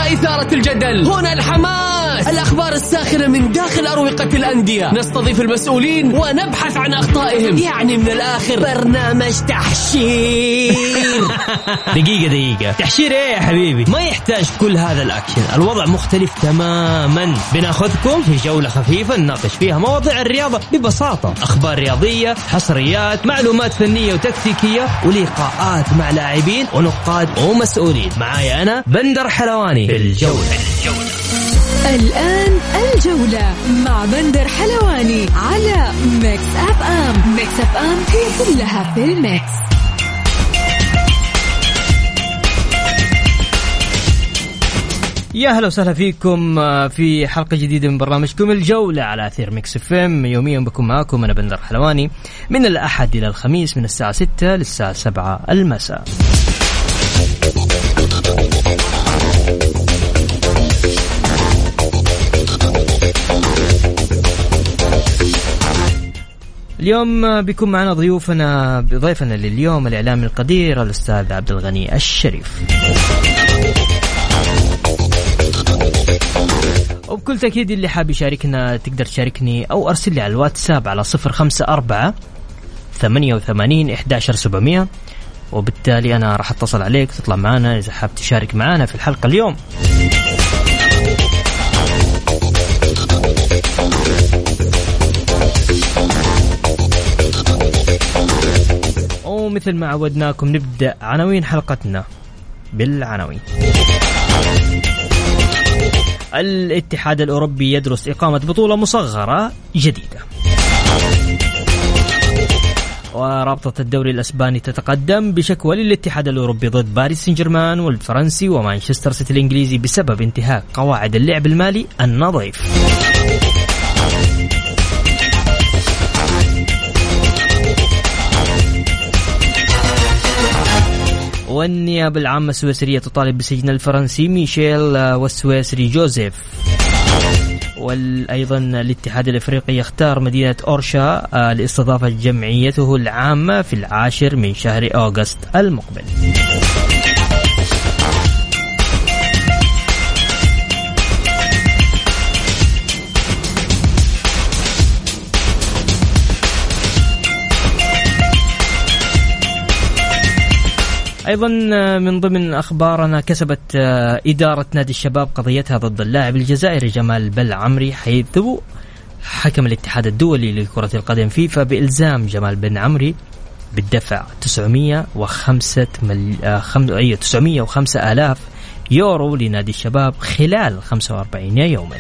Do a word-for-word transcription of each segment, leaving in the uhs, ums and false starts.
وإثارة الجدل. هنا الحماس، الأخبار الساخنة من داخل أروقة الأندية، نستضيف المسؤولين ونبحث عن أخطائهم. يعني من الآخر برنامج تحشير. دقيقة دقيقة، تحشير ايه يا حبيبي؟ ما يحتاج كل هذا الأكشن، الوضع مختلف تماما. بناخذكم في جولة خفيفة نناقش فيها مواضيع الرياضة ببساطة، أخبار رياضية، حصريات، معلومات فنية وتكتيكية، ولقاءات مع لاعبين ونقاد ومسؤولين. معايا أنا بندر حلواني في الجولة. الجولة الآن الجولة مع بندر حلواني على ميكس أف أم. ميكس أف أم هي كلها في الميكس. يا هلا وسهلا فيكم في حلقة جديدة من برنامجكم الجولة على أثير ميكس اف ام. يوميا بكون معاكم أنا بندر حلواني من الأحد إلى الخميس من الساعة ستة للساعة سبعة المساء. اليوم بيكون معنا ضيوفنا ضيفنا لليوم الإعلامي القدير الأستاذ عبد الغني الشريف. وبكل تأكيد اللي حاب يشاركنا تقدر تشاركني أو أرسل لي على الواتساب على صفر خمسة أربعة ثمانية وثمانين إحدى عشر سبعمية، وبالتالي أنا راح أتصل عليك تطلع معنا إذا حاب تشارك معنا في الحلقة اليوم. ومثل ما عودناكم نبدأ عناوين حلقتنا بالعناوين. الاتحاد الأوروبي يدرس إقامة بطولة مصغرة جديدة. ورابطة الدوري الأسباني تتقدم بشكوى للاتحاد الأوروبي ضد باريس سان جيرمان والفرنسي ومانشستر سيتي الإنجليزي بسبب انتهاك قواعد اللعب المالي النظيف. والنيابة العامة السويسرية تطالب بسجن الفرنسي ميشيل والسويسري جوزيف. وأيضا الاتحاد الأفريقي يختار مدينة أورشا لاستضافة جمعيته العامة في العاشر من شهر أغسطس المقبل. أيضا من ضمن أخبارنا كسبت إدارة نادي الشباب قضيتها ضد اللاعب الجزائري جمال بلعمري، حيث حكم الاتحاد الدولي لكرة القدم فيفا بإلزام جمال بلعمري بالدفع تسعمية وخمسة آلاف يورو لنادي الشباب خلال خمسة وأربعين يوما.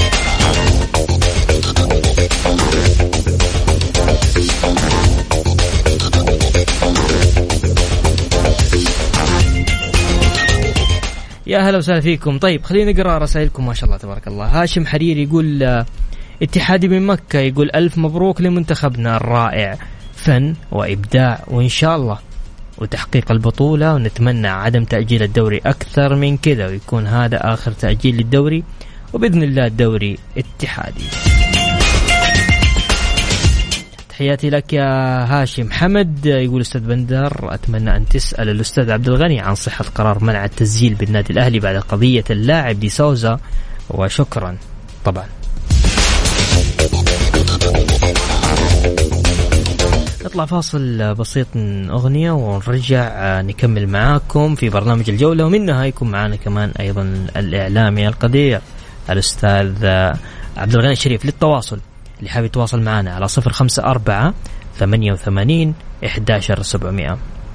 يا هلا وسهلا فيكم. طيب خلينا نقرأ رسائلكم ما شاء الله تبارك الله. هاشم حريري يقول اتحادي من مكة يقول ألف مبروك لمنتخبنا الرائع، فن وإبداع وإن شاء الله وتحقيق البطولة، ونتمنى عدم تأجيل الدوري أكثر من كذا ويكون هذا آخر تأجيل للدوري وبإذن الله الدوري اتحادي. تحياتي لك يا هاشم. حمد يقول أستاذ بندر أتمنى أن تسأل الأستاذ عبد الغني عن صحة قرار منع التسجيل بالنادي الأهلي بعد قضية اللاعب دي سوزا، وشكرا. طبعا نطلع فاصل بسيط من أغنية ونرجع نكمل معاكم في برنامج الجولة، ومنها يكون معنا كمان أيضا الإعلامي القدير الأستاذ عبد الغني الشريف. للتواصل اللي حابب يتواصل معنا على صفر خمسة أربعة ثمانية وثمانين إحدى عشر سبعمية.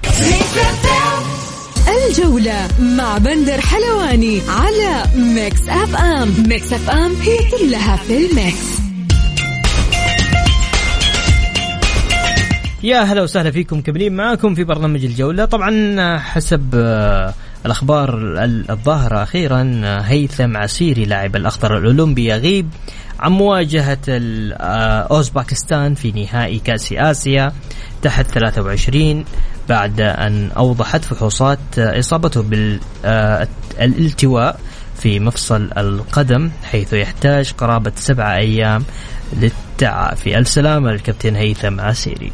الجولة مع بندر حلواني على ميكس أف أم. ميكس أف أم هي كلها في الميكس. يا هلا وسهلا فيكم، كملين معاكم في برنامج الجولة. طبعا حسب الأخبار الظاهرة أخيرا هيثم عسيري لاعب الأخضر الأولمبي يغيب عن مواجهة أوزباكستان في نهائي كأس آسيا تحت ثلاثة وعشرين بعد أن أوضحت فحوصات إصابته بالالتواء في مفصل القدم، حيث يحتاج قرابة سبعة أيام للتعافي. السلامة للكابتن هيثم عسيري.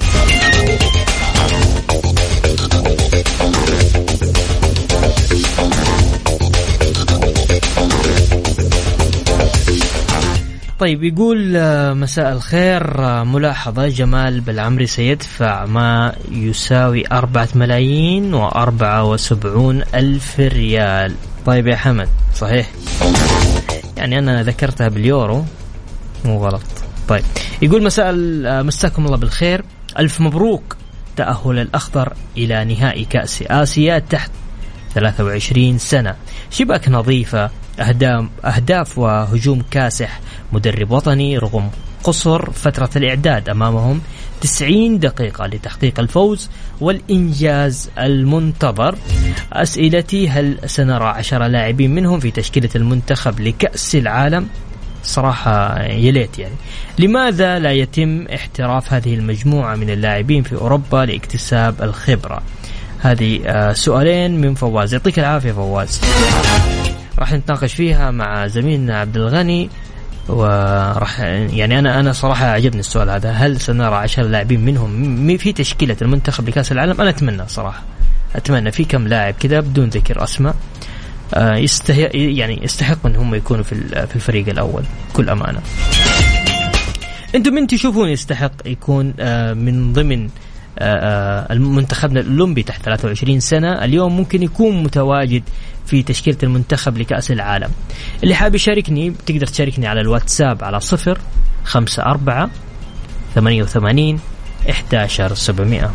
طيب يقول مساء الخير، ملاحظة جمال بالعمري سيدفع ما يساوي أربعة ملايين وأربعة وسبعون ألف ريال. طيب يا حمد صحيح، يعني أنا ذكرتها باليورو مو غلط. طيب يقول مساء مساكم الله بالخير، ألف مبروك تأهل الأخضر إلى نهائي كأس آسيا تحت ثلاثة وعشرين سنة، شباك نظيفة، أهداف, أهداف وهجوم كاسح، مدرب وطني رغم قصر فترة الإعداد أمامهم، تسعين دقيقة لتحقيق الفوز والإنجاز المنتظر. أسئلتي، هل سنرى عشر لاعبين منهم في تشكيلة المنتخب لكأس العالم؟ صراحة يليت يعني. لماذا لا يتم احتراف هذه المجموعة من اللاعبين في أوروبا لاكتساب الخبرة؟ هذه سؤالين من فواز، يعطيك العافية فواز. راح نتناقش فيها مع زميلنا عبد الغني، وراح يعني أنا أنا صراحة عجبني السؤال هذا، هل سنرى عشر لاعبين منهم في تشكيلة المنتخب لكأس العالم؟ أنا أتمنى صراحة، أتمنى في كم لاعب كذا بدون ذكر أسماء يستحق يعني يستحق ان هم يكونوا في في الفريق الاول. كل امانه انتم من تشوفون يستحق يكون من ضمن المنتخبنا الاولمبي تحت ثلاثة وعشرين سنه اليوم ممكن يكون متواجد في تشكيله المنتخب لكأس العالم؟ اللي حاب يشاركني تقدر تشاركني على الواتساب على صفر خمسة أربعة ثمانية وثمانين إحدى عشر سبعمائة.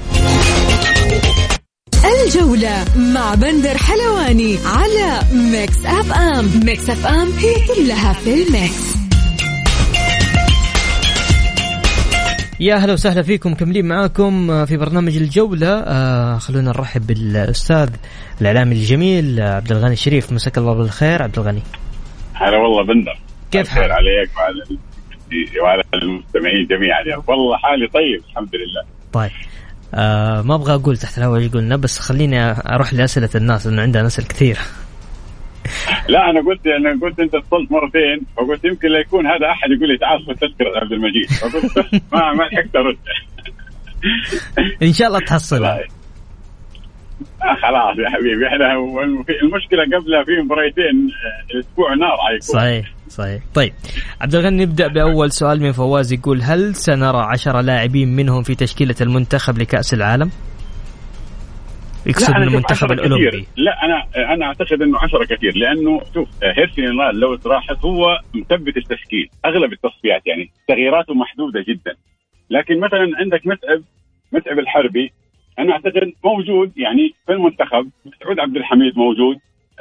الجولة مع بندر حلواني على ميكس أف أم. ميكس أف أم هي كلها في الميكس. يا أهلا وسهلا فيكم، كملين معاكم في برنامج الجولة. آه خلونا نرحب بالأستاذ الإعلامي الجميل عبد الغني الشريف. مساك الله بالخير عبد الغني. هلا والله بندر، كيف حالك؟ عليك وعلى وعلى المستمعين جميعا. والله حالي طيب الحمد لله. طيب آه ما أبغى أقول تحت الهواء ايش قلنا، بس خليني أروح لأسئلة الناس لأنه عندنا أسئلة كثير. لا أنا قلت أنا قلت أنت اتصلت مرتين وقلت يمكن لا يكون هذا أحد يقول لي تعال خذ تذكرة عبد المجيد، فقلت ما ما لحقت أرد. إن شاء الله تحصلها. آه خلاص يا حبيبي، إحنا المشكلة قبلها في مباريتين الأسبوع نار عليكم. صحيح صحيح. طيب عبد الغني نبدأ بأول سؤال من فواز، يقول هل سنرى عشرة لاعبين منهم في تشكيلة المنتخب لكأس العالم؟ يقصد من المنتخب الأولمبي. لا أنا أنا أعتقد إنه عشرة كثير، لأنه شوف هيرسينال لو تراحت هو مثبت التشكيل أغلب التصفيات، يعني تغييراته محدودة جدا. لكن مثلا عندك متعب متعب الحربي أنا أعتقد موجود يعني في المنتخب، سعود عبد الحميد موجود،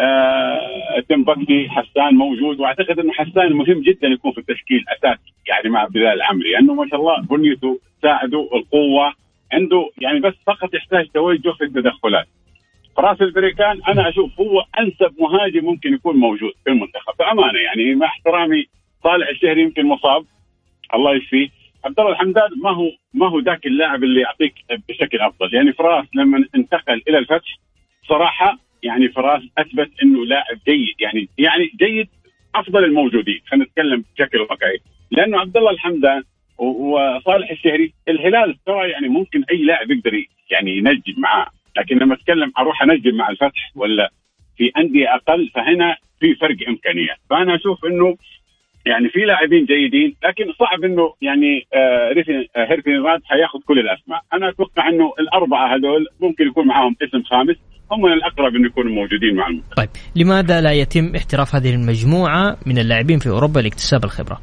آه، تنبكتي حسان موجود، واعتقد انه حسان مهم جدا يكون في التشكيل اساسي يعني مع بلال العمري، لانه ما شاء الله بنيته تساعده، القوه عنده يعني، بس فقط يحتاج توجه في التدخلات. فراس البريكان انا اشوف هو انسب مهاجم ممكن يكون موجود في المنتخب بامانه، يعني مع احترامي صالح الشهري يمكن مصاب الله يشفيه، عبد الله الحمدان ما هو ما هو ذاك اللاعب اللي يعطيك بشكل افضل. يعني فراس لما انتقل الى الفتح صراحه يعني فراس اثبت انه لاعب جيد، يعني يعني جيد افضل الموجودين، خلينا نتكلم بشكل واقعي، لانه عبد الله الحمدان وصالح الشهري الهلال ترى يعني ممكن اي لاعب يقدر يعني ينجم معاه، لكن لما اتكلم اروح انجم مع الفتح ولا في انديه اقل فهنا في فرق امكانيات. فانا اشوف انه يعني في لاعبين جيدين، لكن صعب انه يعني آه هيرفين راد حياخذ كل الاسماء. انا اتوقع انه الاربعه هذول ممكن يكون معاهم اسم خامس، هم من الاقرب انه يكونوا موجودين مع المنتخب. طيب لماذا لا يتم احتراف هذه المجموعه من اللاعبين في اوروبا لاكتساب الخبره؟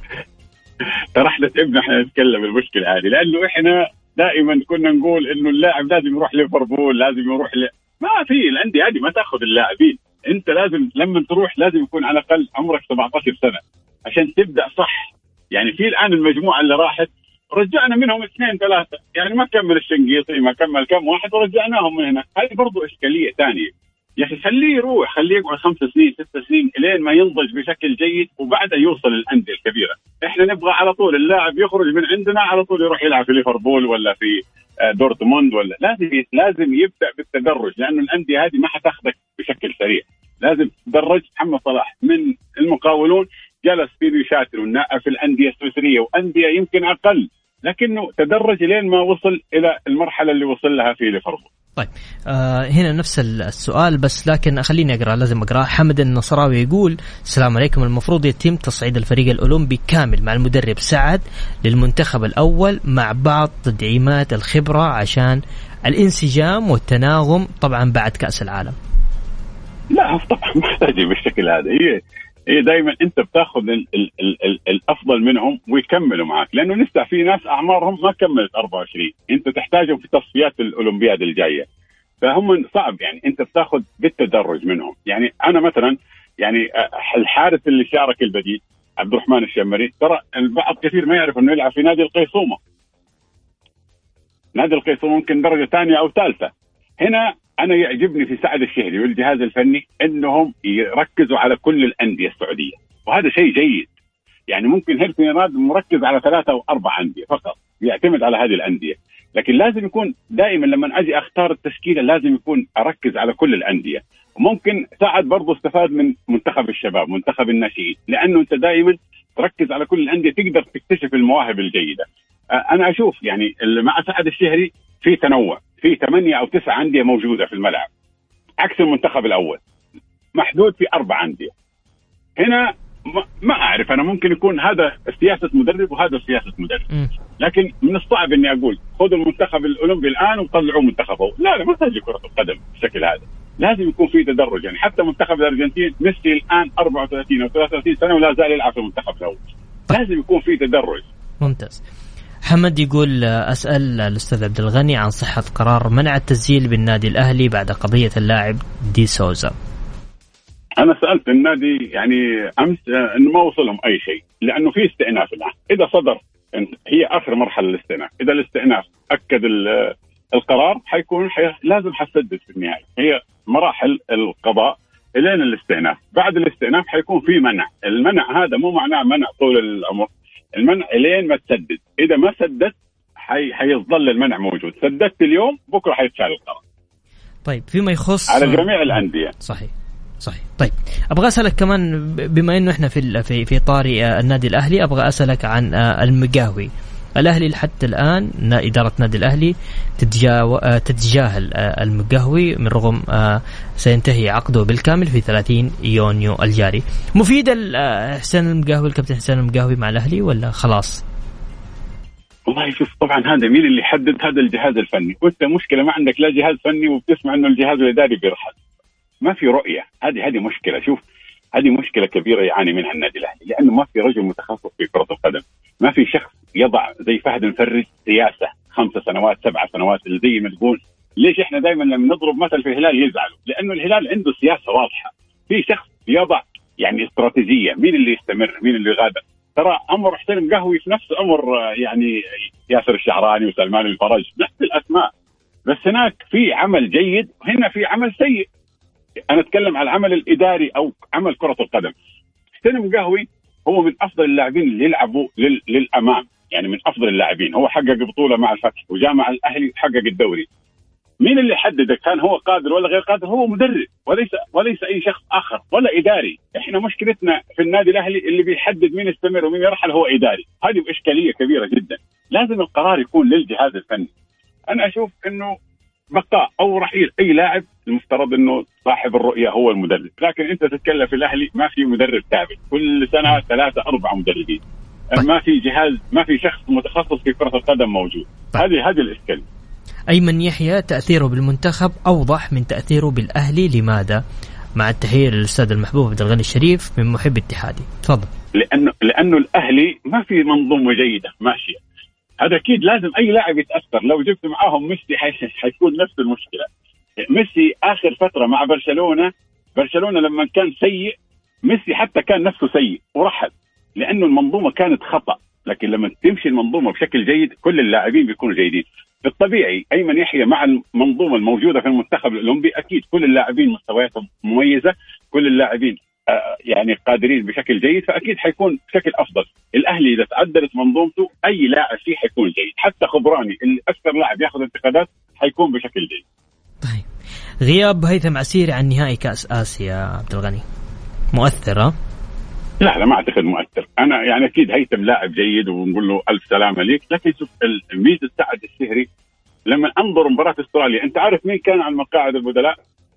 ترى احنا تعبنا احنا نتكلم المشكله هذه، لانه احنا دائما كنا نقول انه اللاعب لازم يروح ليفربول، لازم يروح ل... ما في الانديه هذه ما تاخذ اللاعبين، انت لازم لما تروح لازم يكون على الاقل عمرك سبعة عشر سنه عشان تبدا صح. يعني في الان المجموعه اللي راحت رجعنا منهم اثنين ثلاثه، يعني ما كمل الشنقيطي ما كمل كم واحد ورجعناهم من هنا، هذه برضو اشكاليه ثانيه. يا اخي خليه يروح، خليه يقعد خمس سنين ست سنين الين ما ينضج بشكل جيد وبعدها يوصل للانديه الكبيره. احنا نبغى على طول اللاعب يخرج من عندنا على طول يروح يلعب في ليفربول ولا في دورتموند ولا، لازم لازم يبدا بالتدرج، لانه الانديه هذه ما حتاخذك بشكل سريع، لازم تدرج. محمد صلاح من المقاولون جلس في نشاتر والنقع في الانديه السويسريه وانديه يمكن اقل، لكنه تدرج لين ما وصل الى المرحله اللي وصل لها في ليفربول. طيب آه هنا نفس السؤال بس لكن خليني أقرأ، لازم أقرأ. حمد النصراوي يقول السلام عليكم، المفروض يتم تصعيد الفريق الأولمبي كامل مع المدرب سعد للمنتخب الأول مع بعض تدعيمات الخبرة عشان الانسجام والتناغم طبعا بعد كأس العالم. لا طبعا محتاجة بالشكل هذا. هي هي دائما انت بتاخذ ال ال ال ال الافضل منهم ويكملوا معك، لانه لسه في ناس اعمارهم ما كملت أربعة وعشرين، انت تحتاجهم في تصفيات الاولمبياد الجايه، فهم صعب يعني انت بتاخذ بالتدرج منهم. يعني انا مثلا يعني الحارس اللي شارك البديل عبد الرحمن الشمري، ترى البعض كثير ما يعرف انه يلعب في نادي القيصومه. نادي القيصومه ممكن درجه ثانيه او ثالثه. هنا أنا يعجبني في سعد الشهري والجهاز الفني أنهم يركزوا على كل الأندية السعودية، وهذا شيء جيد. يعني ممكن هيرسي نراد مركز على ثلاثة أو أربع أندية فقط، يعتمد على هذه الأندية، لكن لازم يكون دائما لما أجي أختار التشكيلة لازم يكون أركز على كل الأندية. وممكن سعد برضو استفاد من منتخب الشباب، منتخب الناشئين، لأنه أنت دائما تركز على كل الأندية تقدر تكتشف المواهب الجيدة. أنا أشوف يعني مع سعد الشهري في تنوع، في ثمانية أو تسعة أندية موجودة في الملعب، عكس المنتخب الأول محدود في أربع أندية. هنا ما أعرف، أنا ممكن يكون هذا سياسة مدرب وهذا سياسة مدرب، لكن من الصعب إني أقول خذوا المنتخب الأولمبي الآن وطلعوا منتخبه. لا لا، ما تجي كرة القدم بالشكل هذا، لازم يكون في تدرج. يعني حتى منتخب الأرجنتين ميسي الآن أربعة وثلاثين أو ثلاثة وثلاثين سنة ولا زال يلعب في المنتخب الأول، لازم يكون في تدرج. ممتاز. حمد يقول أسأل الأستاذ عبد الغني عن صحة قرار منع التسجيل بالنادي الأهلي بعد قضية اللاعب دي سوزا. أنا سألت النادي يعني أمس إنه ما وصلهم أي شيء، لأنه في استئناف الآن. إذا صدر، هي آخر مرحلة الاستئناف، إذا الاستئناف أكد القرار حيكون حي... لازم حسدد في النهاية. هي مراحل القضاء إلين الاستئناف، بعد الاستئناف حيكون في منع. المنع هذا مو معناه منع طول الأمر، المنع إلين ما تسدد. إذا ما سددت حي... حيظل المنع موجود، سددت اليوم بكرة حيتشال القرار. طيب فيما يخص على جميع الأندية. صحيح صحيح. طيب أبغى أسألك كمان بما إنه إحنا في في في طاري النادي الأهلي، أبغى أسألك عن المقاهوي. الأهلي حتى الآن إدارة النادي الأهلي تتجاهل المقاهوي من رغم سينتهي عقده بالكامل في ثلاثين يونيو الجاري. مفيد حسين المقاهوي، الكابتن حسين المقاهوي مع الأهلي ولا خلاص؟ والله شوف، طبعا هذا مين اللي يحدد؟ هذا الجهاز الفني، وانت مشكلة ما عندك لا جهاز فني وبتسمع انه الجهاز الإداري بيرحل، ما في رؤية. هذه هذه مشكلة. شوف، هذه مشكلة كبيرة يعاني منها النادي الأهلي، لأنه ما في رجل متخصص في كرة القدم، ما في شخص يضع زي فهد المفرج سياسة خمس سنوات سبع سنوات اللي زي ما تقول. ليش احنا دائما لما نضرب مثل في الهلال يزعلوا؟ لأنه الهلال عنده سياسة واضحة، في شخص يضع يعني استراتيجية، مين اللي يستمر مين اللي يغادر. ترى أمر حسين المقاهوي في نفس أمر يعني ياسر الشعراني وسلمان الفرج، نفس الأسماء، بس هناك في عمل جيد وهنا في عمل سيء. أنا أتكلم عن العمل الإداري أو عمل كرة القدم. حسين المقاهوي هو من أفضل اللاعبين اللي يلعبوا لل... للأمام، يعني من أفضل اللاعبين. هو حقق بطولة مع الفتح وجاء مع الأهلي حقق الدوري. مين اللي حددك كان هو قادر ولا غير قادر؟ هو مدرب، وليس وليس أي شخص آخر ولا إداري. إحنا مشكلتنا في النادي الأهلي اللي بيحدد مين يستمر ومين يرحل هو إداري. هذه إشكالية كبيرة جدا، لازم القرار يكون للجهاز الفني. أنا أشوف إنه بقاء أو رحيل أي لاعب المفترض إنه صاحب الرؤية هو المدرب، لكن أنت تتكلم في الأهلي ما في مدرب ثابت، كل سنة ثلاثة أربعة مدربين، ما في جهاز، ما في شخص متخصص في كرة القدم موجود. هذه هذه الإشكالية. أيمن يحيى تأثيره بالمنتخب أوضح من تأثيره بالأهلي، لماذا؟ مع التحية للأستاذ المحبوب عبد الغني الشريف من محب اتحادي. تفضل. لأنه لأنه الأهلي ما في منظومة جيدة ماشية، هذا أكيد لازم أي لاعب يتأثر. لو جبت معاهم ميسي حيكون نفس المشكلة. ميسي آخر فترة مع برشلونة، برشلونة لما كان سيء ميسي حتى كان نفسه سيء ورحل، لأنه المنظومة كانت خطأ. لكن لما تمشي المنظومة بشكل جيد كل اللاعبين بيكونوا جيدين. بالطبيعي أيمن يحيى مع المنظومة الموجودة في المنتخب الأولمبي أكيد كل اللاعبين مستوياتهم مميزة، كل اللاعبين آه يعني قادرين بشكل جيد، فأكيد حيكون بشكل أفضل. الأهلي إذا تعدلت منظومته أي لاعب فيه حيكون جيد، حتى خبراني اللي أكثر لاعب يأخذ انتقادات حيكون بشكل جيد. طيب، غياب هيثم عسيري عن نهائي كأس آسيا عبد الغني مؤثرة؟ لا لا، ما أعتقد مؤثر. أنا يعني أكيد هيثم لاعب جيد ونقول له ألف سلامة ليك، لكن شوف الميزة سعد الشهري لما انظر مباراه استراليا، انت عارف مين كان على مقاعد البدلاء؟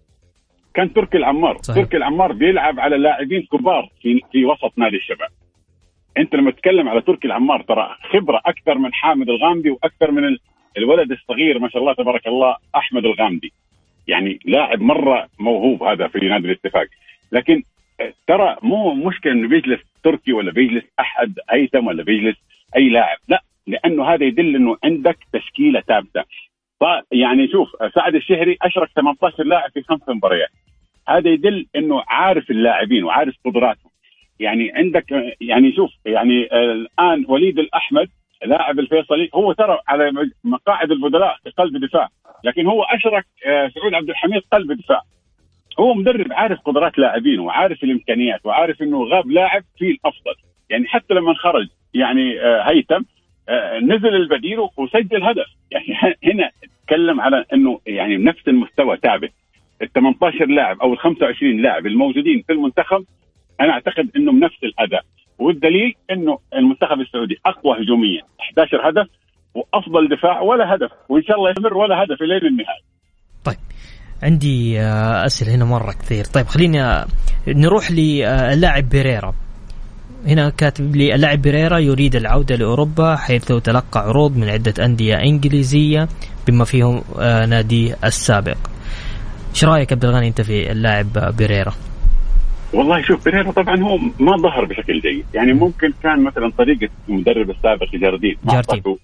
كان تركي العمار. صحيح. تركي العمار بيلعب على لاعبين كبار في في وسط نادي الشباب. انت لما تتكلم على تركي العمار ترى خبره اكثر من حامد الغامدي واكثر من الولد الصغير ما شاء الله تبارك الله احمد الغامدي. يعني لاعب مره موهوب هذا في نادي الاتفاق. لكن ترى مو مشكله انه بيجلس تركي ولا بيجلس احد هيثم ولا بيجلس اي لاعب، لا، لانه هذا يدل انه عندك تشكيله ثابته. يعني شوف سعد الشهري اشرك ثمانية عشر لاعب في خمس مباريات، هذا يدل انه عارف اللاعبين وعارف قدراتهم. يعني عندك يعني شوف يعني الان وليد الاحمد لاعب الفيصلي هو ترى على مقاعد البدلاء في قلب دفاع، لكن هو اشرك سعود عبد الحميد قلب دفاع. هو مدرب عارف قدرات لاعبين وعارف الامكانيات وعارف انه غاب لاعب فيه الافضل. يعني حتى لما خرج يعني هيثم نزل البديل وسجل هدف. يعني هنا تكلم على انه يعني نفس المستوى ثابت. ال ثمانية عشر لاعب او ال خمسة وعشرين لاعب الموجودين في المنتخب انا اعتقد انه بنفس الاداء، والدليل انه المنتخب السعودي اقوى هجوميا أحد عشر هدف وافضل دفاع ولا هدف، وان شاء الله يستمر ولا هدف الى النهايه. طيب عندي اسئله هنا مره كثير. طيب خلينا نروح للاعب بيريرا. هنا كاتب لي اللاعب بيريرا يريد العودة لأوروبا حيث تلقى عروض من عدة أندية إنجليزية بما فيهم نادي السابق. ايش رايك عبد الغني انت في اللاعب بيريرا؟ والله شوف بيريرا طبعا هو ما ظهر بشكل جيد. يعني ممكن كان مثلا طريقة المدرب السابق جاردين ما أعطته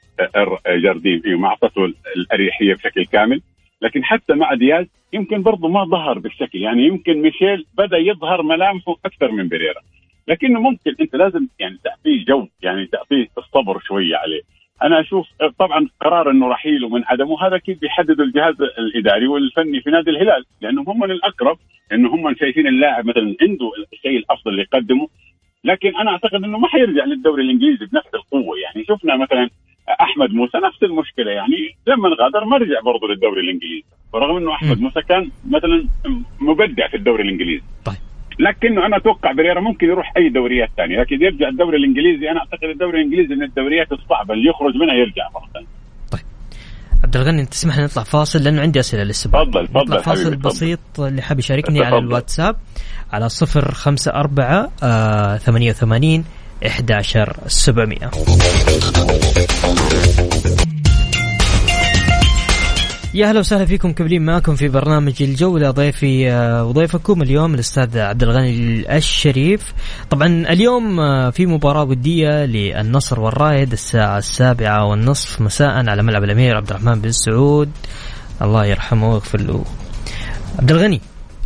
جاردين ما أعطته الأريحية بشكل كامل، لكن حتى مع دياز يمكن برضو ما ظهر بالشكل. يعني يمكن ميشيل بدأ يظهر ملامحه أكثر من بيريرا، لكنه ممكن انت لازم يعني تعطيه جو، يعني تعطيه الصبر شويه عليه. انا اشوف طبعا قرار انه رحيله من عدمه هذا كيف بيحددوا الجهاز الاداري والفني في نادي الهلال، لانهم هم الاقرب، انه هم شايفين اللاعب مثلا عنده الشيء الافضل اللي يقدمه. لكن انا اعتقد انه ما حيرجع للدوري الانجليزي بنفس القوه. يعني شفنا مثلا احمد موسى نفس المشكله، يعني لما غادر ما رجع برضه للدوري الانجليزي، ورغم انه احمد موسى كان مثلا مبدع في الدوري الانجليزي. طيب لكنه انا اتوقع بريرا ممكن يروح اي دوريات ثانيه، لكن يرجع الدوري الانجليزي. انا اعتقد الدوري الانجليزي من الدوريات الصعبه اللي يخرج منها يرجع مره ثانيه. طيب عبد الغني انت تسمح لي نطلع فاصل لانه عندي اسئله لسه. تفضل تفضل فاصل حبيبي بسيط اللي حاب يشاركني على الواتساب على صفر خمسة أربعة ثمانية وثمانين أحد عشر سبعمية. يا هلا وسهلا فيكم، كملين معكم في برنامج الجولة. ضيفي وضيفكم اليوم الأستاذ عبد الغني الشريف. طبعا اليوم في مباراة ودية للنصر والرائد الساعة السابعة والنصف مساء على ملعب الأمير عبد الرحمن بن سعود الله يرحمه ويغفر له. عبد الغني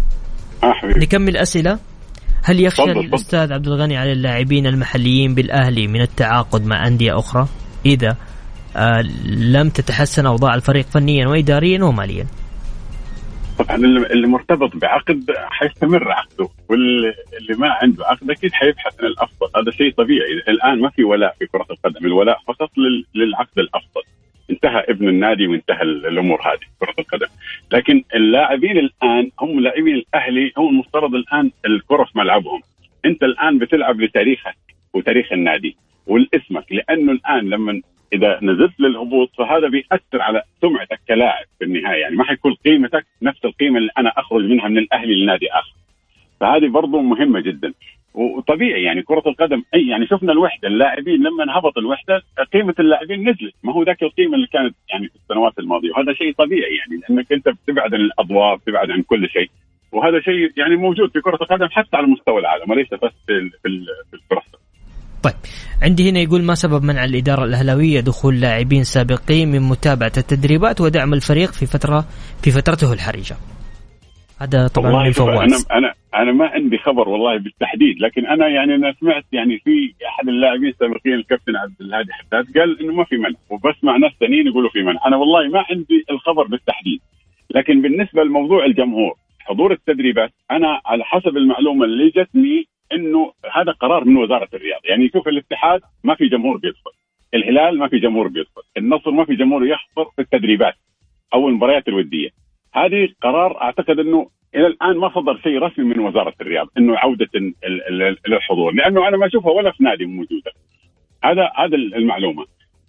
نكمل أسئلة. هل يخشى الأستاذ عبد الغني على اللاعبين المحليين بالأهلي من التعاقد مع أندية أخرى إذا آه لم تتحسن أوضاع الفريق فنيا وإداريا وماليا؟ طبعا اللي مرتبط بعقد حيستمر عقده، واللي ما عنده عقد أكيد حيبحث عن الأفضل. هذا شيء طبيعي. الآن ما في ولاء في كرة القدم، الولاء فقط للعقد الأفضل. انتهى ابن النادي وانتهى الأمور هذه كرة القدم. لكن اللاعبين الآن هم لاعبين الأهلي، هم المفترض الآن الكرة في ملعبهم. أنت الآن بتلعب لتاريخك وتاريخ النادي والاسمك، لأنه الآن لما إذا نزلت للهبوط فهذا بيأثر على سمعتك كلاعب في النهاية. يعني ما حيكون قيمتك نفس القيمة اللي أنا أخرج منها من الأهلي لنادي آخر. فهذه برضو مهمة جدا وطبيعي. يعني كرة القدم أي يعني شفنا الوحدة، اللاعبين لما نهبط الوحدة قيمة اللاعبين نزلت، ما هو ذاك القيمة اللي كانت يعني في السنوات الماضية. وهذا شيء طبيعي، يعني لأنك أنت بتبعد عن الأضواء، بتبعد عن كل شيء، وهذا شيء يعني موجود في كرة القدم حتى على مستوى العالم وليس بس في في الكرة. طيب عندي هنا يقول ما سبب منع الإدارة الأهلاوية دخول لاعبين سابقين من متابعة التدريبات ودعم الفريق في فترة في فترته الحرجة؟ هذا طبعا من فواز. أنا أنا أنا ما عندي خبر والله بالتحديد، لكن أنا يعني أنا سمعت يعني في أحد اللاعبين السابقين الكابتن عبد الهادي حداد قال إنه ما في منع، وبسمع ناس ثانيين يقولوا في منع. أنا والله ما عندي الخبر بالتحديد. لكن بالنسبة لموضوع الجمهور حضور التدريبات، أنا على حسب المعلومة اللي جتني إنه هذا قرار من وزارة الرياضة. يعني شوف الاتحاد ما في جمهور بيدخل، الهلال ما في جمهور بيدخل، النصر ما في جمهور يحضر في التدريبات أو المباريات الودية. هذه قرار أعتقد إنه إلى الآن ما صدر شيء رسمي من وزارة الرياضة إنه عودة الحضور، لأنه أنا ما أشوفها ولا في نادي موجودة. هذا هذا المعلومة.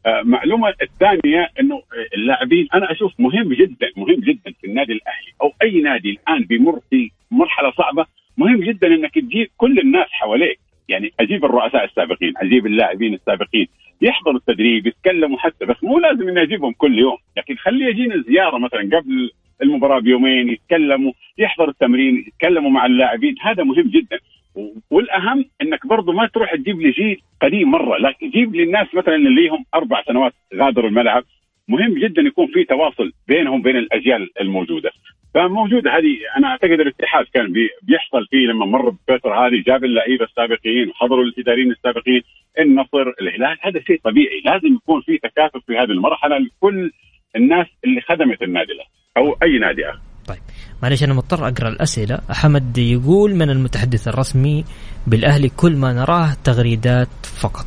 آه معلومة الثانية انه اللاعبين انا اشوف مهم جدا مهم جدا في النادي الاهلي او اي نادي الان بيمر في مرحلة صعبة، مهم جدا انك تجيب كل الناس حواليك، يعني اجيب الرؤساء السابقين، اجيب اللاعبين السابقين يحضروا التدريب يتكلموا حتى، بس مو لازم اني اجيبهم كل يوم، لكن خلي يجينا زيارة مثلا قبل المباراة بيومين يتكلموا، يحضروا التمرين، يتكلموا مع اللاعبين، هذا مهم جدا. والاهم انك برضو ما تروح تجيب لي جيل قديم مره، لكن جيب لي الناس مثلا اللي لهم اربع سنوات غادروا الملعب، مهم جدا يكون في تواصل بينهم بين الاجيال الموجوده. فموجوده هذه، انا اعتقد الاتحاد كان بي بيحصل فيه لما مر بالفتره هذه، جاب اللعيبه السابقين وحضروا الاداريين السابقين، النصر، الهلال، هذا شيء طبيعي، لازم يكون في تكاتف في هذه المرحله لكل الناس اللي خدمت النادي له او اي نادي اخر. طيب معلش أنا مضطر أقرأ الأسئلة. حمد يقول من المتحدث الرسمي بالأهلي كل ما نراه تغريدات فقط.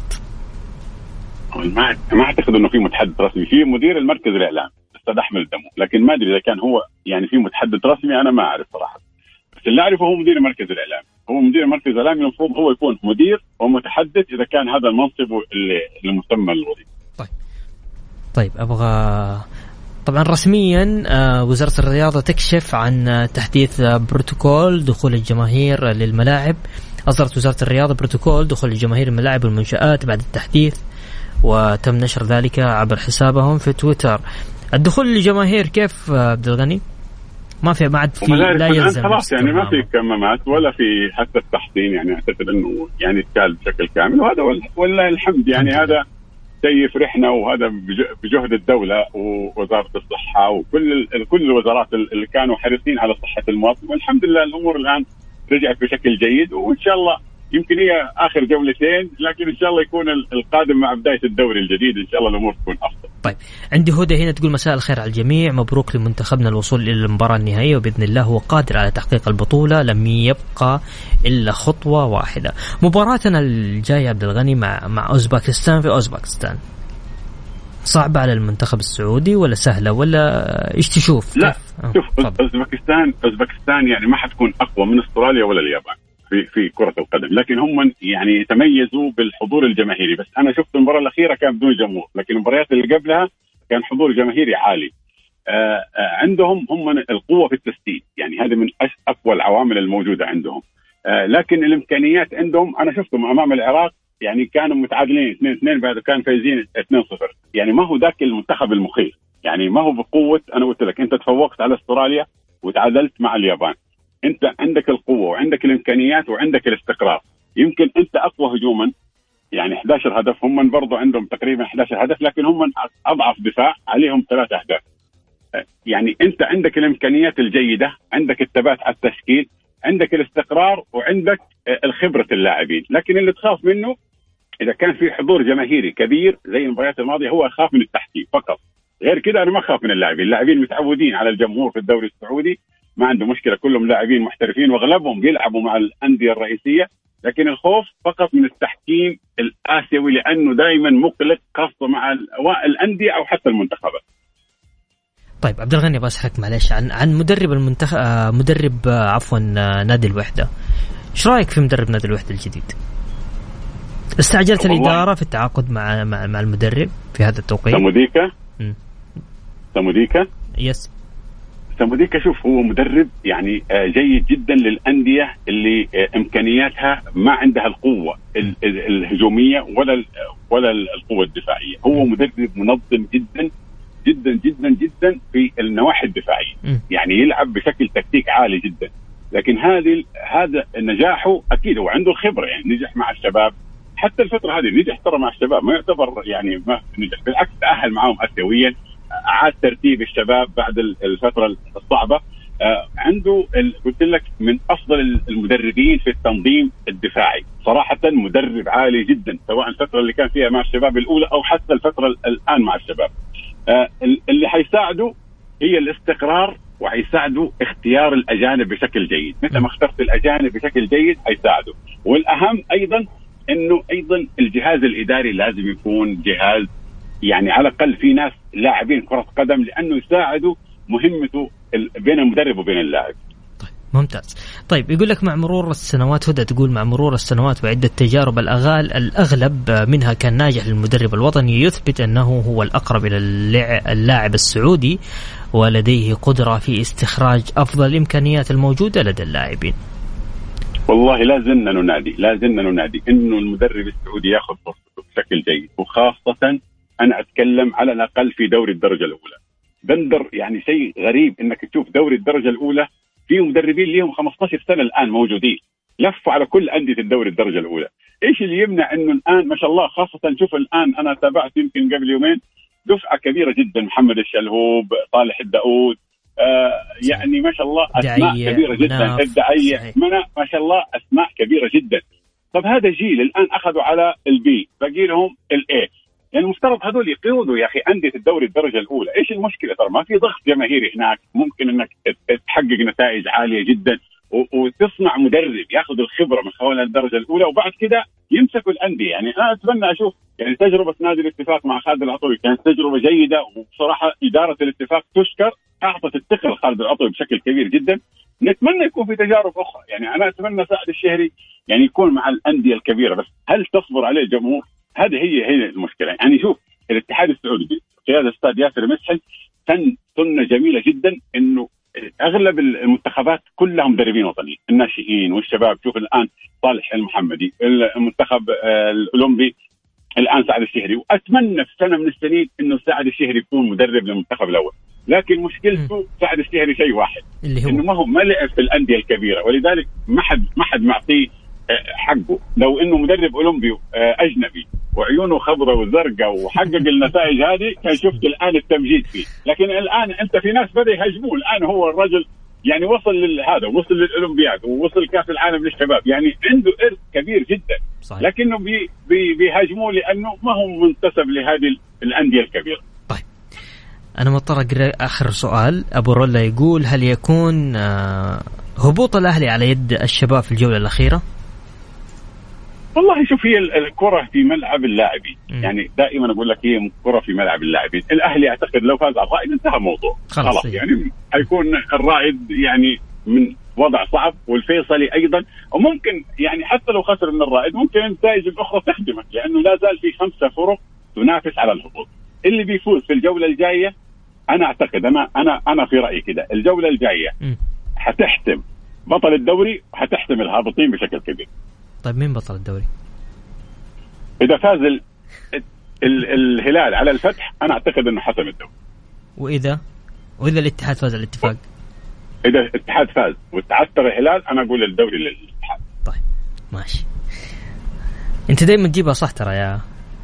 ما ما أعتقد إنه في متحدث رسمي، في مدير المركز الإعلام أستاذ أحمد الدمو، لكن ما أدري إذا كان هو يعني في متحدث رسمي، أنا ما أعرف صراحة، بس اللي أعرفه هو مدير مركز الإعلام، هو مدير مركز الإعلام المفروض هو يكون مدير ومتحدث إذا كان هذا المنصب اللي المسمى الوظيفي. طيب طيب أبغى طبعا رسميا وزارة الرياضة تكشف عن تحديث بروتوكول دخول الجماهير للملاعب. أصدرت وزارة الرياضة بروتوكول دخول الجماهير الملاعب والمنشآت بعد التحديث، وتم نشر ذلك عبر حسابهم في تويتر. الدخول للجماهير كيف عبد الغني؟ ما في ما عاد في لا يلزم خلاص يعني ما في كمامات ولا في حتى التحصين، يعني أعتقد إنه يعني اتكال بشكل كامل، وهذا والله الحمد يعني الحمد هذا شيء يفرحنا، وهذا بجهد الدولة ووزارة الصحة وكل كل الوزارات اللي كانوا حريصين على صحة المواطن، والحمد لله الأمور الآن رجعت بشكل جيد، وإن شاء الله يمكن هي آخر جولتين، لكن إن شاء الله يكون القادم مع بداية الدوري الجديد إن شاء الله الأمور تكون أفضل. طيب عندي هدى هنا تقول مساء الخير على الجميع، مبروك لمنتخبنا الوصول إلى المباراة النهائية، وبإذن الله هو قادر على تحقيق البطولة، لم يبقى إلا خطوة واحدة. مباراتنا الجاية عبد الغني مع مع أوزباكستان في أوزباكستان، صعبة على المنتخب السعودي ولا سهلة ولا إيش تشوف؟ لا شوف أوزباكستان أوزباكستان يعني ما حتكون أقوى من أستراليا ولا اليابان في في كرة القدم، لكن هم يعني تميزوا بالحضور الجماهيري، بس أنا شفت المباراة الأخيرة كان بدون جمهور، لكن المباريات اللي قبلها كان حضور جماهيري عالي. آآ آآ عندهم هم القوة في التسديد، يعني هذه من أقوى العوامل الموجودة عندهم، لكن الإمكانيات عندهم أنا شفتهم أمام العراق يعني كانوا متعادلين اثنين اثنين بعد كان فايزين اثنين صفر، يعني ما هو ذاك المنتخب المخيف، يعني ما هو بقوة. أنا قلت لك أنت تفوقت على أستراليا وتعادلت مع اليابان، أنت عندك القوة وعندك الإمكانيات وعندك الاستقرار، يمكن أنت أقوى هجوما يعني إحدى عشر هدف، هم برضو عندهم تقريبا إحدى عشر هدف، لكن هم أضعف دفاع عليهم ثلاث أهداف. يعني أنت عندك الإمكانيات الجيدة، عندك الثبات على التشكيل، عندك الاستقرار، وعندك الخبرة اللاعبين، لكن اللي تخاف منه إذا كان في حضور جماهيري كبير زي المباريات الماضية، هو أخاف من التحكيم فقط، غير كده أنا ما أخاف من اللاعبين. اللاعبين متعودين على الجمهور في الدوري السعودي، ما عنده مشكلة، كلهم لاعبين محترفين وأغلبهم بيلعبوا مع الأندية الرئيسية، لكن الخوف فقط من التحكيم الآسيوي لأنه دائما مقلق، خاصة مع الأندية أو حتى المنتخبات. طيب عبد الغني بسحك معلش عن عن مدرب المنتخب، مدرب عفوا نادي الوحدة، ايش رايك في مدرب نادي الوحدة الجديد؟ استعجلت الإدارة في التعاقد مع مع مع المدرب في هذا التوقيت؟ سموديكا سموديكا يس سموديكا شوف هو مدرب يعني جيد جدا للأندية اللي إمكانياتها ما عندها القوة الهجومية ولا ولا القوة الدفاعية، هو مدرب منظم جدا جدا جدا جدا في النواحي الدفاعية، يعني يلعب بشكل تكتيك عالي جدا، لكن هذه هذا نجاحه أكيد هو عنده الخبرة، يعني نجح مع الشباب حتى الفترة هذه، نجح ترى مع الشباب، ما يعتبر يعني ما نجح، بالعكس تأهل معهم آسيويا، عاد ترتيب الشباب بعد الفترة الصعبة. آه عنده قلت لك من أفضل المدربين في التنظيم الدفاعي صراحة، مدرب عالي جدا سواء الفترة اللي كان فيها مع الشباب الأولى أو حتى الفترة الآن مع الشباب. آه اللي حيساعده هي الاستقرار، وحيساعده اختيار الأجانب بشكل جيد، مثل ما اخترت الأجانب بشكل جيد حيساعده، والأهم أيضا إنه أيضا الجهاز الإداري لازم يكون جهاز يعني على الأقل في ناس لاعبين كرة قدم، لأنه يساعدوا مهمته بين المدرب وبين اللاعب. طيب ممتاز. طيب يقول لك مع مرور السنوات، هدى تقول مع مرور السنوات وعدة تجارب الأغال الأغلب منها كان ناجح للمدرب الوطني يثبت أنه هو الأقرب إلى اللاعب السعودي ولديه قدرة في استخراج أفضل الإمكانيات الموجودة لدى اللاعبين. والله لا زلنا ننادي لا زلنا ننادي إنه المدرب السعودي يأخذ فرصته بشكل جيد، وخاصة أنا أتكلم على الأقل في دوري الدرجة الأولى. بندر يعني شيء غريب إنك تشوف دوري الدرجة الأولى فيه مدربين ليهم خمسة عشر سنة الآن موجودين، لفوا على كل أندية الدوري الدرجة الأولى. إيش اللي يمنع إنه الآن ما شاء الله، خاصة شوف الآن أنا تابعت يمكن قبل يومين دفعة كبيرة جدا، محمد الشلهوب، طالح الداود، آه يعني ما شاء الله أسماء كبيرة جدا، الدعية منى، ما شاء الله أسماء كبيرة جدا. طب هذا جيل الآن أخذوا على البي، باقي لهم الاي، يعني المفترض هذول يقودوا يا أخي أندية الدوري الدرجة الأولى. إيش المشكلة؟ ترى ما في ضغط جماهيري هناك، ممكن إنك تحقق نتائج عالية جدا وتصنع مدرب ياخذ الخبرة من خلال الدرجة الأولى، وبعد كده يمسكوا الأندية. يعني أنا أتمنى أشوف يعني تجربة نادي الاتفاق مع خالد العطوي كانت تجربة جيدة، وبصراحة إدارة الاتفاق تشكر، أعطت الثقة لخالد العطوي بشكل كبير جدا. نتمنى يكون في تجارب أخرى، يعني أنا أتمنى سعد الشهري يعني يكون مع الأندية الكبيرة، بس هل تصبر عليه الجمهور؟ هذه هي هي المشكلة. يعني شوف الاتحاد السعودي قيادة أستاذ ياسر مسحل سن سنة جميلة جدا إنه أغلب المنتخبات كلها مدربين وطنيين، الناشئين والشباب. شوف الآن صالح المحمدي، المنتخب الأولمبي الآن سعد الشهري، وأتمنى في سنة من السنين إنه سعد الشهري يكون مدرب للمنتخب الأول. لكن مشكلته سعد الشهري شيء واحد، إنه ما هو ما لعب في الأندية الكبيرة، ولذلك ما حد ما حد معطيه حقه. لو إنه مدرب أولمبي أجنبي وعيونه خضراء وزرقاء وحقق النتائج هذه كان شفت الآن التمجيد فيه. لكن الآن أنت في ناس بدأ يهاجموه، الآن هو الرجل يعني وصل لهذا، وصل للأولمبياد ووصل كأس العالم للشباب، يعني عنده إرث كبير جدا. صحيح. لكنه بي بي بيهاجموه لأنه ما هو منتسب لهذه الأندية الكبيرة. طيب أنا مضطر أقرأ آخر سؤال. أبو رولا يقول هل يكون هبوط الأهلي على يد الشباب في الجولة الأخيرة؟ والله شوف، هي الكرة في ملعب اللاعبين، يعني دائما أقول لك هي كرة في ملعب اللاعبين. الأهلي أعتقد لو فاز على الرائد انتهى الموضوع خلاص، يعني حيكون الرائد يعني من وضع صعب، والفيصلي أيضا، وممكن يعني حتى لو خسر من الرائد ممكن النتائج الأخرى تخدمك، لأنه لا زال في خمسة فرق تنافس على الهبوط. اللي بيفوز في الجولة الجاية أنا أعتقد أنا أنا أنا في رأيي كده الجولة الجاية حتحتم بطل الدوري وحتحتم الهابطين بشكل كبير. طيب مين بطل الدوري؟ إذا فاز ال... ال... الهلال على الفتح أنا أعتقد أنه حسم الدوري. وإذا وإذا الاتحاد فاز الاتفاق؟ إذا الاتحاد فاز وتعثر الهلال أنا أقول الدوري للاتحاد. طيب ماشي. أنت دايما تجيبها صح ترى يا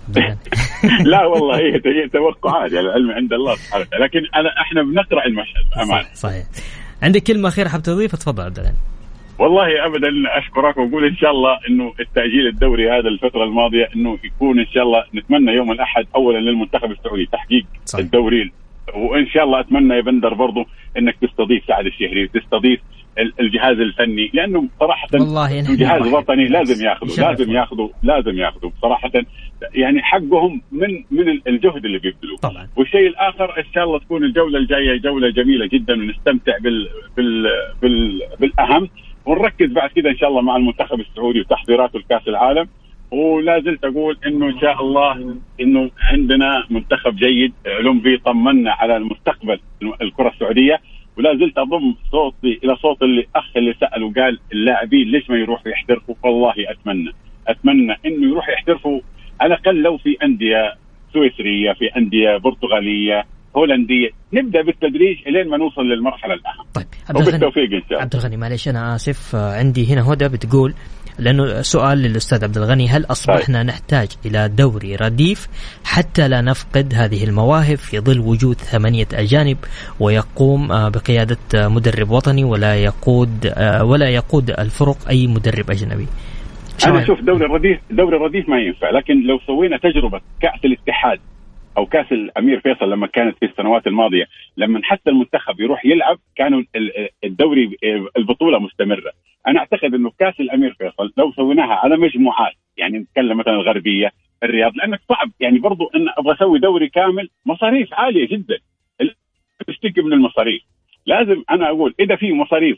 لا والله هي توقعات، يعني العلم عند الله سبحانه وتعالى، لكن أنا إحنا بنقرأ المشهد أمان. صحيح. صحيح. عندك كلمة أخيرة حاب تضيفها؟ تفضل عبد الغني. والله أبدا أشكرك وأقول إن شاء الله إنه التأجيل الدوري هذا الفترة الماضية إنه يكون إن شاء الله، نتمنى يوم الأحد أولا للمنتخب السعودي تحقيق صحيح. الدوري، وإن شاء الله أتمنى يا بندر برضو إنك تستضيف سعد الشهري وتستضيف الجهاز الفني، لأنه صراحة الجهاز الوطني لازم يأخذوا لازم يأخذوا لازم يأخذوا بصراحة يعني حقهم من من الجهد اللي بيبذلوه. والشيء الآخر إن شاء الله تكون الجولة الجاية جولة جميلة جدا ونستمتع بال بال بال بالأهم، ونركز بعد كده إن شاء الله مع المنتخب السعودي وتحضيراته لكأس العالم. ولا زلت أقول إنه إن شاء الله إنه عندنا منتخب جيد أولمبي، طمنا على المستقبل الكرة السعودية. ولا زلت أضم صوتي إلى صوت اللي أخ اللي سأل وقال اللاعبين ليش ما يروحوا يحترفوا. والله أتمنى أتمنى إنه يروح يحترفوا على الأقل لو في أندية سويسرية، في أندية برتغالية، هولندية، نبدأ بالتدريج إلين ما نوصل للمرحلة الأهم. طيب وبالتوفيق إن شاء الله. عبد الغني معلش أنا آسف، عندي هنا هدى بتقول، لأنه سؤال للأستاذ عبد الغني، هل أصبحنا طيب. نحتاج إلى دوري رديف حتى لا نفقد هذه المواهب في ظل وجود ثمانية أجانب ويقوم بقيادة مدرب وطني ولا يقود ولا يقود الفرق أي مدرب أجنبي؟ أنا أشوف دوري الرديف دوري الرديف ما ينفع، لكن لو سوينا تجربة كأس الاتحاد أو كأس الأمير فيصل لما كانت في السنوات الماضية، لما حتى المنتخب يروح يلعب كانوا الدوري البطولة مستمرة. أنا أعتقد إنه كأس الأمير فيصل لو سويناها على مجموعات، يعني نتكلم مثلا الغربية، الرياض، لأنك صعب يعني برضو إن أبغى أسوي دوري كامل مصاريف عالية جدا، تشتكي من المصاريف. لازم أنا أقول إذا في مصاريف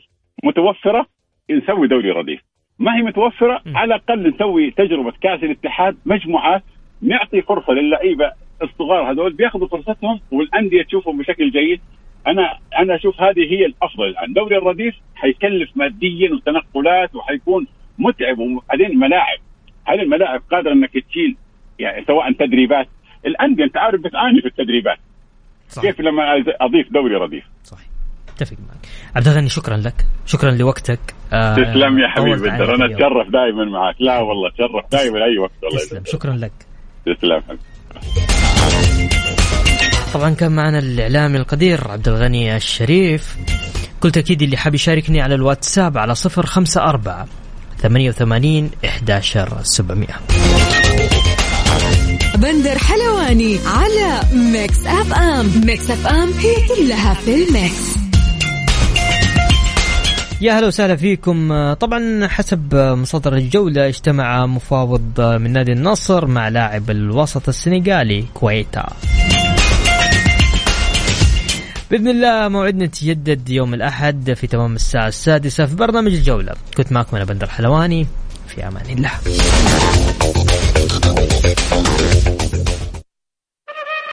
متوفرة نسوي دوري رديف، ما هي متوفرة على الأقل نسوي تجربة كأس الاتحاد مجموعات، نعطي فرصة للعيبة الصغار هذول بياخذوا فرصتهم والأندية تشوفهم بشكل جيد. أنا أنا أشوف هذه هي الأفضل الآن. دوري الرديف حيكلف ماديا وتنقلات وحيكون متعب، وبعدين ملاعب، هذه الملاعب قادرة إنك تشيل يعني سواء تدريبات، الأندية أنت عارف بتعاني في التدريبات. صح. كيف لما أضيف دوري رديف؟ صحيح، اتفق معك عبد الغني. شكرا لك، شكرا لوقتك. آه تسلم يا حبيبي، انا اتشرف دائما معك. لا والله اتشرف دائما اي وقت. والله تسلم، شكرا لك. تسلم. طبعا كان معنا الاعلامي القدير عبد الغني الشريف. كل تأكيد اللي حاب يشاركني على الواتساب على صفر خمسة أربعة ثمانية وثمانين إحدى عشر سبعمية. بندر حلواني على ميكس أف أم. ميكس أف أم هي كلها في الميكس. يا هلا وسهلا فيكم. طبعا حسب مصادر الجولة اجتمع مفاوض من نادي النصر مع لاعب الوسط السنغالي كويتا. بإذن الله موعدنا يتجدد يوم الأحد في تمام الساعة السادسة في برنامج الجولة. كنت معكم أنا بندر حلواني، في أمان الله.